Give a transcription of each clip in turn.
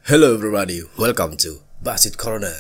Hello everybody, welcome to Basit Corner.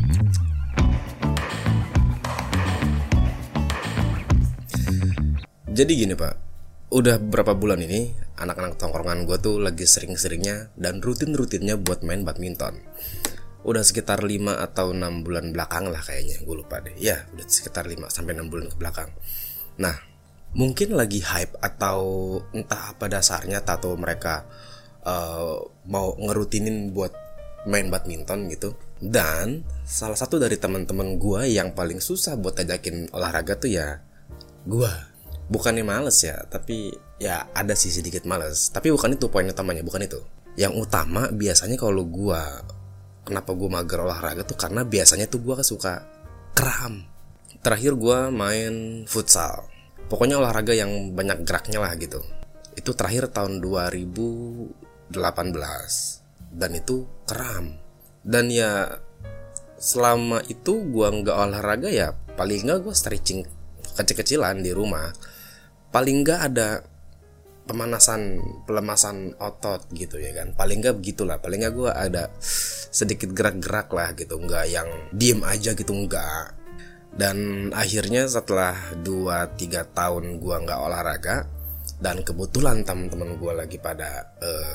Jadi gini pak, udah berapa bulan ini anak-anak tongkrongan gue tuh lagi sering-seringnya dan rutin-rutinnya buat main badminton. Udah sekitar 5 atau 6 bulan belakang lah kayaknya, gue lupa deh. Ya udah sekitar 5 sampai 6 bulan ke belakang. Nah mungkin lagi hype atau entah apa dasarnya, atau mereka mau ngerutinin buat main badminton gitu. Dan salah satu dari teman-teman gue yang paling susah buat ajakin olahraga tuh ya gue. Bukannya males ya, tapi ya ada sih sedikit males. Tapi bukan itu poin utamanya, bukan itu. Yang utama biasanya kalau gue, kenapa gue mager olahraga tuh karena biasanya tuh gue suka kram. Terakhir gue main futsal, pokoknya olahraga yang banyak geraknya lah gitu. Itu terakhir tahun 2018 dan itu kram. Dan ya selama itu gue nggak olahraga ya paling nggak gue stretching kecil-kecilan di rumah. Paling nggak ada pelemasan otot gitu ya kan. Paling nggak begitulah. Paling nggak gue ada sedikit gerak-gerak lah gitu. Nggak yang diem aja gitu, nggak. Dan akhirnya setelah 2-3 tahun gue nggak olahraga, dan kebetulan teman-teman gue lagi pada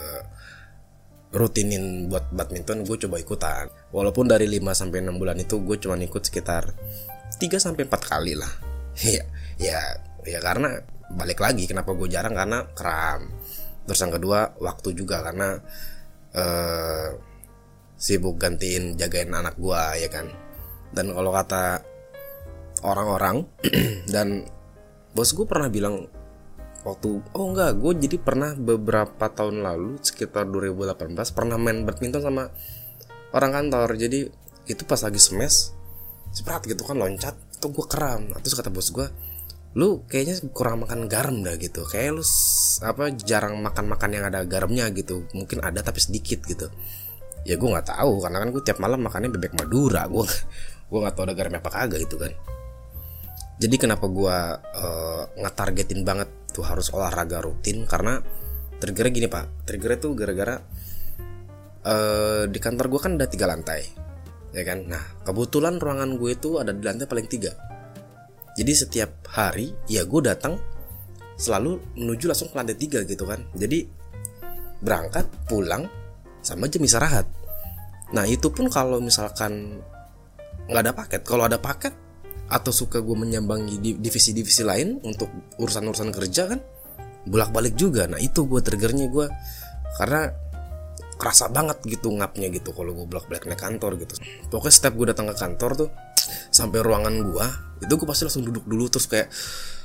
rutinin buat badminton, gue coba ikutan. Walaupun dari 5-6 bulan itu gue cuma ikut sekitar 3-4 kali lah. Ya karena balik lagi kenapa gue jarang, karena kram. Terus yang kedua waktu juga, karena sibuk gantiin jagain anak gue ya kan. Dan kalau kata orang-orang dan bos gue pernah bilang gue jadi pernah beberapa tahun lalu sekitar 2018 pernah main badminton sama orang kantor. Jadi itu pas lagi smash seperat gitu kan, loncat tuh gue kram. Nah, terus kata bos gue, lu kayaknya kurang makan garam dah gitu, kayak lu jarang makan yang ada garamnya gitu. Mungkin ada tapi sedikit gitu. Ya gue nggak tahu karena kan gue tiap malam makannya bebek Madura, gue nggak tahu ada garamnya apa kagak gitu kan. Jadi kenapa gue ngetargetin banget tuh harus olahraga rutin, karena triggernya gini pak. Triggernya tuh gara-gara di kantor gue kan ada 3 lantai ya kan. Nah kebetulan ruangan gue itu ada di lantai paling 3. Jadi setiap hari ya gue datang selalu menuju langsung ke lantai 3 gitu kan. Jadi berangkat pulang sama jam istirahat. Nah itu pun kalau misalkan gak ada paket. Kalau ada paket atau suka gue menyambangi divisi-divisi lain untuk urusan-urusan kerja kan, bolak-balik juga. Nah itu gue triggernya gue, karena kerasa banget gitu ngapnya gitu kalau gue bolak-balik naik kantor gitu. Pokoknya setiap gue datang ke kantor tuh sampai ruangan gue itu gue pasti langsung duduk dulu, terus kayak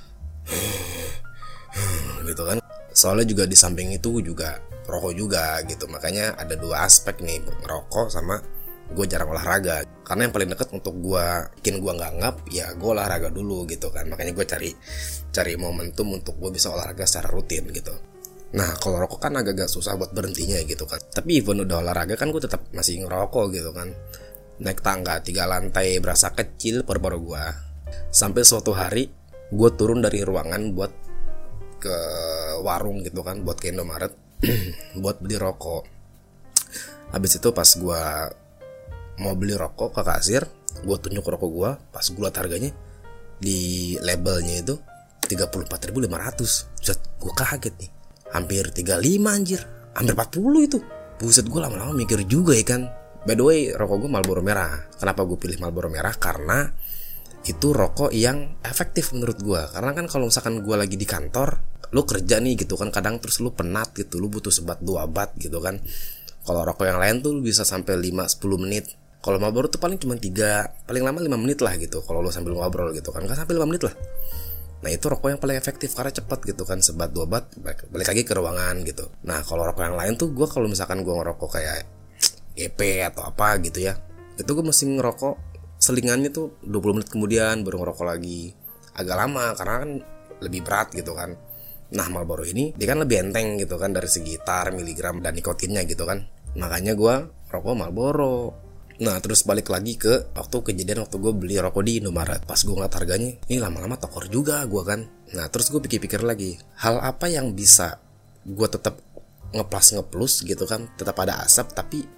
gitu kan. Soalnya juga di samping itu juga rokok juga gitu. Makanya ada 2 aspek nih, ngerokok sama gue jarang olahraga. Karena yang paling deket untuk gue bikin gue nggak ngap ya gue olahraga dulu gitu kan. Makanya gue cari momentum untuk gue bisa olahraga secara rutin gitu. Nah kalau rokok kan agak-agak susah buat berhentinya gitu kan. Tapi even udah olahraga kan gue tetap masih ngerokok gitu kan. Naik tangga 3 lantai berasa kecil paru-paru gue. Sampai suatu hari gue turun dari ruangan buat ke warung gitu kan, buat ke Indomaret buat beli rokok. Habis itu pas gue mau beli rokok ke kasir, gue tunjuk rokok gue, pas gue liat harganya di labelnya itu 34.500. Gue kaget nih, hampir 35 anjir, hampir 40 itu. Buset, gue lama-lama mikir juga ya kan. By the way, rokok gue Marlboro merah. Kenapa gue pilih Marlboro merah? Karena itu rokok yang efektif menurut gue. Karena kan kalau misalkan gue lagi di kantor, lu kerja nih gitu kan, kadang terus lu penat gitu, lu butuh sebat 2 bat gitu kan. Kalau rokok yang lain tuh lu bisa sampai 5-10 menit. Kalau Marlboro tuh paling cuma 3, paling lama 5 menit lah gitu. Kalau lu sambil ngobrol gitu kan, gak sampai 5 menit lah. Nah itu rokok yang paling efektif karena cepat gitu kan, sebat 2 bat balik lagi ke ruangan gitu. Nah kalau rokok yang lain tuh gue kalau misalkan gue ngerokok kayak GP atau apa gitu ya, itu gue mesti ngerokok selingannya tuh 20 menit kemudian baru ngerokok lagi. Agak lama karena kan lebih berat gitu kan. Nah Marlboro ini dia kan lebih enteng gitu kan dari segi tar, miligram dan nikotinnya gitu kan. Makanya gue rokok Marlboro. Nah terus balik lagi ke kejadian waktu gue beli rokok di Indomaret. Pas gue ngeliat harganya, ini lama-lama tokor juga gue kan. Nah terus gue pikir-pikir lagi, hal apa yang bisa gue tetap ngeplus gitu kan, tetap ada asap tapi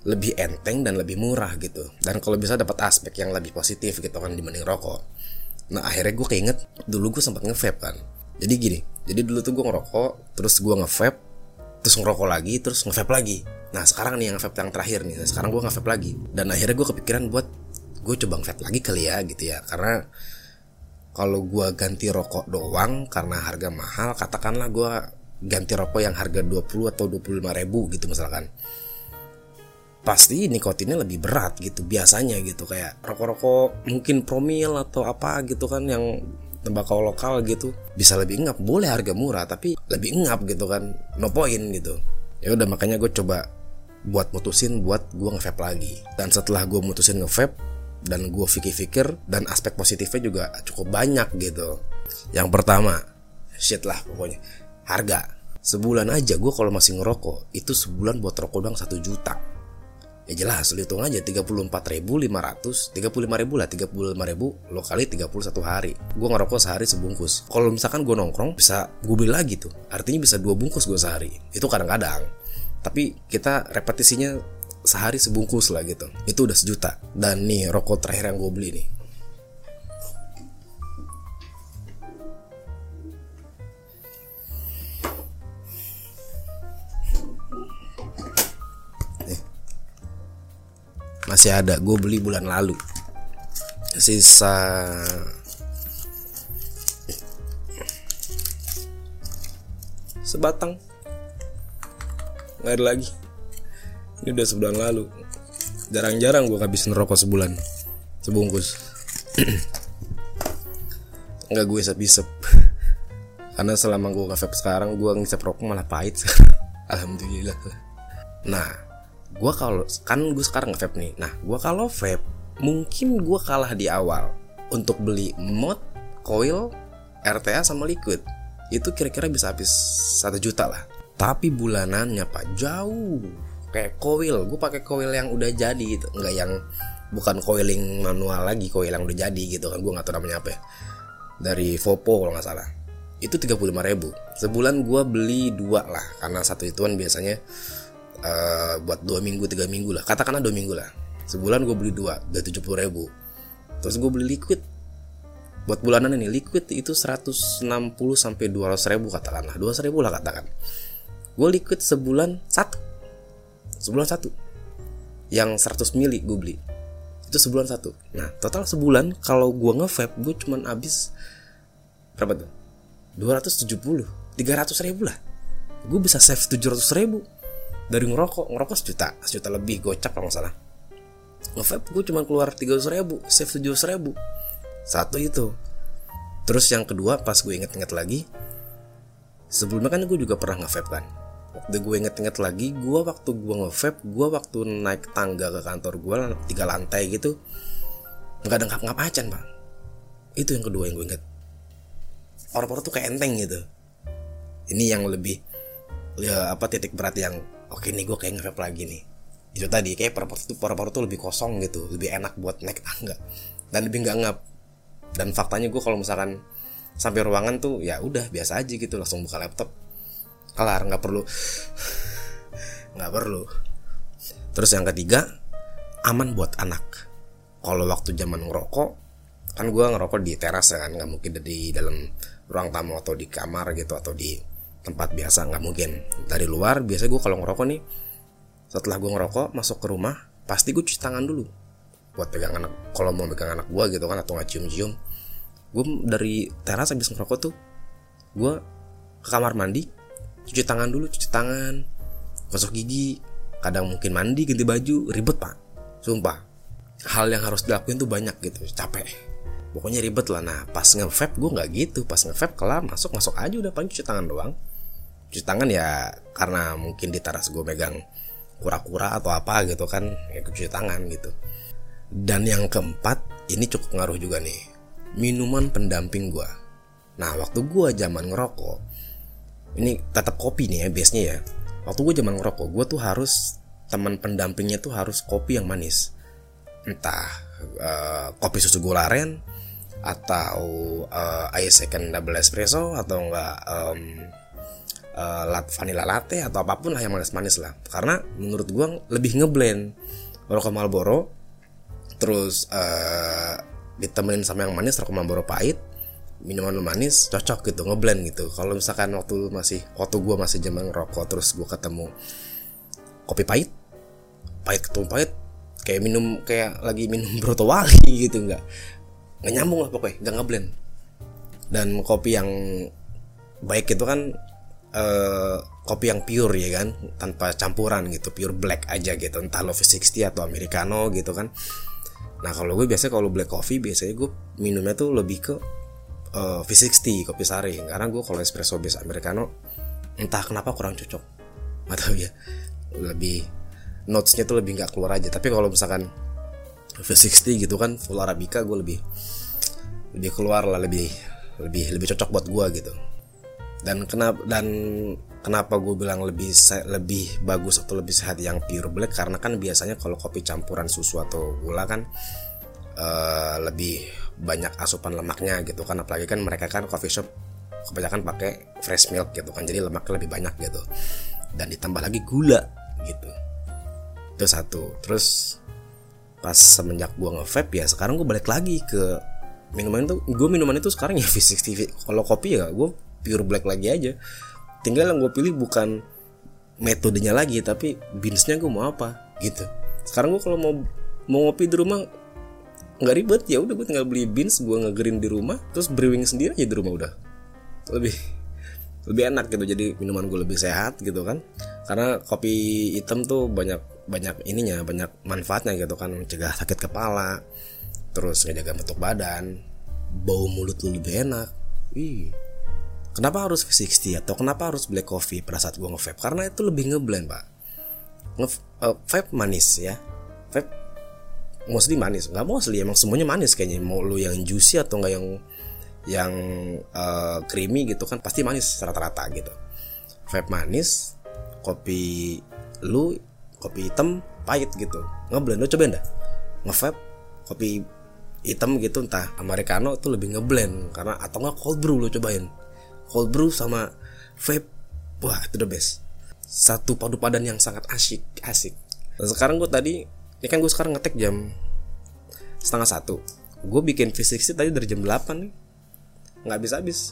lebih enteng dan lebih murah gitu. Dan kalau bisa dapat aspek yang lebih positif gitu kan dibanding rokok. Nah akhirnya gue keinget dulu gue sempat nge-vape kan. Jadi gini, jadi dulu tuh gue ngerokok, terus gue nge-vape, terus ngerokok lagi, terus nge-vape lagi. Nah sekarang nih yang nge-vape yang terakhir nih, sekarang gue nge-vape lagi. Dan akhirnya gue kepikiran buat gue coba nge-vape lagi kali ya gitu ya. Karena kalau gue ganti rokok doang karena harga mahal, katakanlah gue ganti rokok yang harga 20 atau 25 ribu gitu misalkan, pasti nikotinnya lebih berat gitu biasanya gitu. Kayak rokok-rokok mungkin promil atau apa gitu kan yang tembakau lokal gitu bisa lebih ngap. Boleh harga murah tapi lebih ngap gitu kan, no point gitu. Ya udah makanya gue coba buat mutusin buat gue nge-vape lagi. Dan setelah gue mutusin nge-vape dan gue pikir-pikir, dan aspek positifnya juga cukup banyak gitu. Yang pertama, shit lah pokoknya, harga. Sebulan aja gue kalau masih ngerokok itu sebulan buat rokok doang 1 juta. Ya jelas, lu hitung aja 34.500, 35.000 lah, 35.000 lo kali 31 hari. Gue ngerokok sehari sebungkus. Kalau misalkan gue nongkrong bisa gue beli lagi tuh. Artinya bisa 2 bungkus gue sehari. Itu kadang-kadang. Tapi kita repetisinya sehari sebungkus lah gitu. Itu udah 1 juta. Dan nih rokok terakhir yang gue beli nih. Masih ada, gue beli bulan lalu. Sisa sebatang. Nggak ada lagi. Ini udah sebulan lalu. Jarang-jarang gue habisin rokok sebulan sebungkus. Nggak gue isep-isep. Karena selama gue nge-vape sekarang, gue ngisep rokok malah pahit. Alhamdulillah. Nah, gue kalau kan gue sekarang nge-vape nih. Nah, gue kalau vape mungkin gue kalah di awal untuk beli mod, coil, RTA sama liquid. Itu kira-kira bisa habis 1 juta lah. Tapi bulanannya pak jauh. Kayak coil, gue pakai coil yang udah jadi gitu, nggak yang bukan coiling manual lagi, coil yang udah jadi gitu kan, gue nggak tahu namanya apa ya. Dari Vopo kalau nggak salah. Itu 35.000. Sebulan gue beli 2 lah, karena satu ituan biasanya buat 2 minggu 3 minggu lah, katakanlah 2 minggu lah. Sebulan gue beli 2, udah 70.000. Terus gue beli liquid buat bulanan ini, liquid itu 160 sampai 200.000 katakanlah, 200.000 lah katakan. Gue liquid sebulan 1 yang 100 mili gue beli itu sebulan 1. Nah total sebulan kalau gue nge-vape gue cuman habis berapa tuh, 270, 300.000 lah. Gue bisa save 700.000 dari ngerokok 1 juta lebih gocap kalau nggak salah. Nge-vape gue cuma keluar 300.000, save 700.000. Satu itu. Terus yang kedua pas gue inget-inget lagi, sebelumnya kan gue juga pernah nge-vape kan. Waktu gue inget-inget lagi, gue waktu gue nge-vape, gue waktu naik tangga ke kantor gue 3 lantai gitu, nggak ada ngap-ngap acan bang. Itu yang kedua yang gue inget. Paru-paru tuh kayak enteng gitu. Ini yang lebih ya apa, titik berat yang oke nih gue kayak nge-vape lagi nih. Itu tadi kayak paru-paru tuh lebih kosong gitu, lebih enak buat naik tangga dan lebih nggak ngap. Dan faktanya gue kalau misalkan sampai ruangan tuh ya udah biasa aja gitu, langsung buka laptop kelar, nggak perlu. Terus yang ketiga, aman buat anak. Kalau waktu zaman ngerokok kan gue ngerokok di teras ya kan, nggak mungkin di dalam ruang tamu atau di kamar gitu atau di tempat biasa, nggak mungkin. Dari luar biasanya gue kalau ngerokok nih, setelah gue ngerokok masuk ke rumah pasti gue cuci tangan dulu buat pegang anak, kalau mau pegang anak gue gitu kan, atau nggak cium-cium. Gue dari teras habis ngerokok tuh gue ke kamar mandi, cuci tangan, gosok gigi, kadang mungkin mandi, ganti baju, ribet pak, sumpah. Hal yang harus dilakuin tuh banyak gitu, capek, pokoknya ribet lah. Nah pas nge-vape gue nggak gitu, pas nge-vape kelar masuk aja udah, paling cuci tangan doang. Cuci tangan ya karena mungkin di teras gue megang kura-kura atau apa gitu kan, ya cuci tangan gitu. Dan yang keempat, ini cukup ngaruh juga nih, minuman pendamping gue. Nah waktu gue zaman ngerokok, ini tetap kopi nih ya base-nya ya. Waktu gue zaman ngerokok, gue tuh harus teman pendampingnya tuh harus kopi yang manis. Entah kopi susu gula aren, atau ice second double espresso, atau enggak vanilla latte atau apapun lah yang manis-manis lah. Karena menurut gue lebih ngeblend rokok Marlboro terus ditemenin sama yang manis, rokok Marlboro pahit, minuman manis, cocok gitu, ngeblend gitu. Kalau misalkan waktu gue masih zaman rokok terus gue ketemu kopi pahit ketemu pahit, kayak lagi minum broto wali gitu, nggak nyambung lah pokoknya, nggak ngeblend. Dan kopi yang baik itu kan kopi yang pure ya kan, tanpa campuran gitu, pure black aja gitu, entah lo V60 atau americano gitu kan. Nah kalau gue biasanya kalau black coffee biasanya gue minumnya tuh lebih ke V60 kopi sari, karena gue kalau espresso base americano entah kenapa kurang cocok, nggak tahu ya, lebih notesnya tuh lebih nggak keluar aja. Tapi kalau misalkan V60 gitu kan full arabica, gue lebih keluar lah, lebih cocok buat gue gitu. Dan kenapa gue bilang lebih bagus atau lebih sehat yang pure black, karena kan biasanya kalau kopi campuran susu atau gula kan lebih banyak asupan lemaknya gitu kan, apalagi kan mereka kan coffee shop kebanyakan pakai fresh milk gitu kan, jadi lemaknya lebih banyak gitu, dan ditambah lagi gula gitu. Itu satu. Terus pas semenjak gue nge-vape ya, sekarang gue balik lagi ke minuman itu sekarang ya V60. Kalau kopi ya gue pure black lagi aja, tinggal yang gue pilih bukan metodenya lagi, tapi beansnya gue mau apa gitu. Sekarang gue kalau mau ngopi di rumah nggak ribet, ya udah gue tinggal beli beans, gue ngegreen di rumah, terus brewing sendiri aja di rumah, udah lebih enak gitu. Jadi minuman gue lebih sehat gitu kan, karena kopi hitam tuh banyak manfaatnya gitu kan, mencegah sakit kepala, terus ngejaga bentuk badan, bau mulut lu lebih enak. Kenapa harus V60 atau kenapa harus black coffee pada saat gue nge-vape? Karena itu lebih ngeblend pak. Vape manis ya, vape mostly manis, nggak mostly, emang semuanya manis kayaknya. Mau lu yang juicy atau nggak yang creamy gitu kan, pasti manis rata-rata gitu. Vape manis, kopi hitam pahit gitu, ngeblend. Lu cobain dah nge-vape kopi hitam gitu, entah americano, itu lebih ngeblend. Karena atau nggak cold brew, lu cobain cold brew sama vape, wah itu the best. Satu padu padan yang sangat asik. Dan sekarang gue tadi, ini kan gue sekarang ngetek jam 12:30, gue bikin V60 tadi dari jam 8 nih, nggak habis.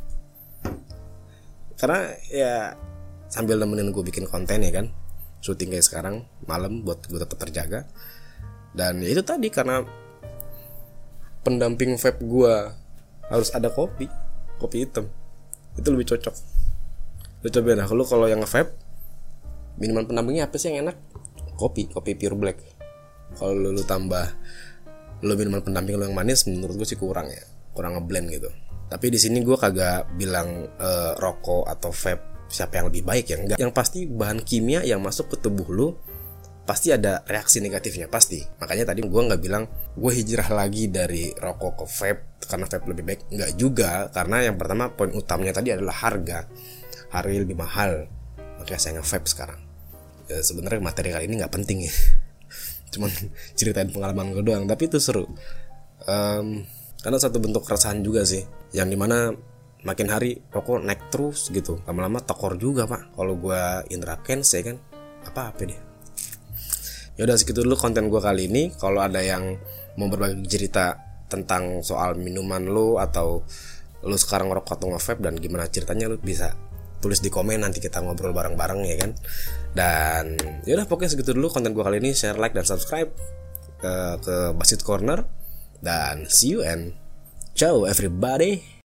Karena ya sambil nemenin gue bikin konten ya kan, syuting kayak sekarang malam buat gue tetap terjaga. Dan ya itu tadi, karena pendamping vape gue harus ada kopi hitam, itu lebih cocok. Lu cobain lah, lu kalau yang nge-vape minuman pendampingnya apa sih yang enak? Kopi pure black. Kalau lu tambah minuman pendamping lu yang manis, menurut gue sih kurang ngeblend gitu. Tapi di sini gue kagak bilang rokok atau vape siapa yang lebih baik ya, enggak. Yang pasti bahan kimia yang masuk ke tubuh lu pasti ada reaksi negatifnya, pasti. Makanya tadi gue nggak bilang gue hijrah lagi dari rokok ke vape karena vape lebih baik, nggak juga. Karena yang pertama, poin utamanya tadi adalah harga lebih mahal, makanya saya nge-vape sekarang. Ya sebenarnya materi kali ini nggak penting ya, cuman ceritain pengalaman gue doang, tapi itu seru. Karena satu bentuk keresahan juga sih, yang dimana makin hari rokok naik terus gitu, lama-lama tekor juga pak. Kalau gue indra kens ya kan, apa deh. Ya udah segitu dulu konten gue kali ini. Kalau ada yang mau berbagi cerita tentang soal minuman lo, atau lo sekarang ngerokok atau nge-vape dan gimana ceritanya, lo bisa tulis di komen, nanti kita ngobrol bareng-bareng ya kan. Dan ya udah pokoknya segitu dulu konten gue kali ini. Share, like, dan subscribe ke Basit Corner, dan see you and ciao everybody.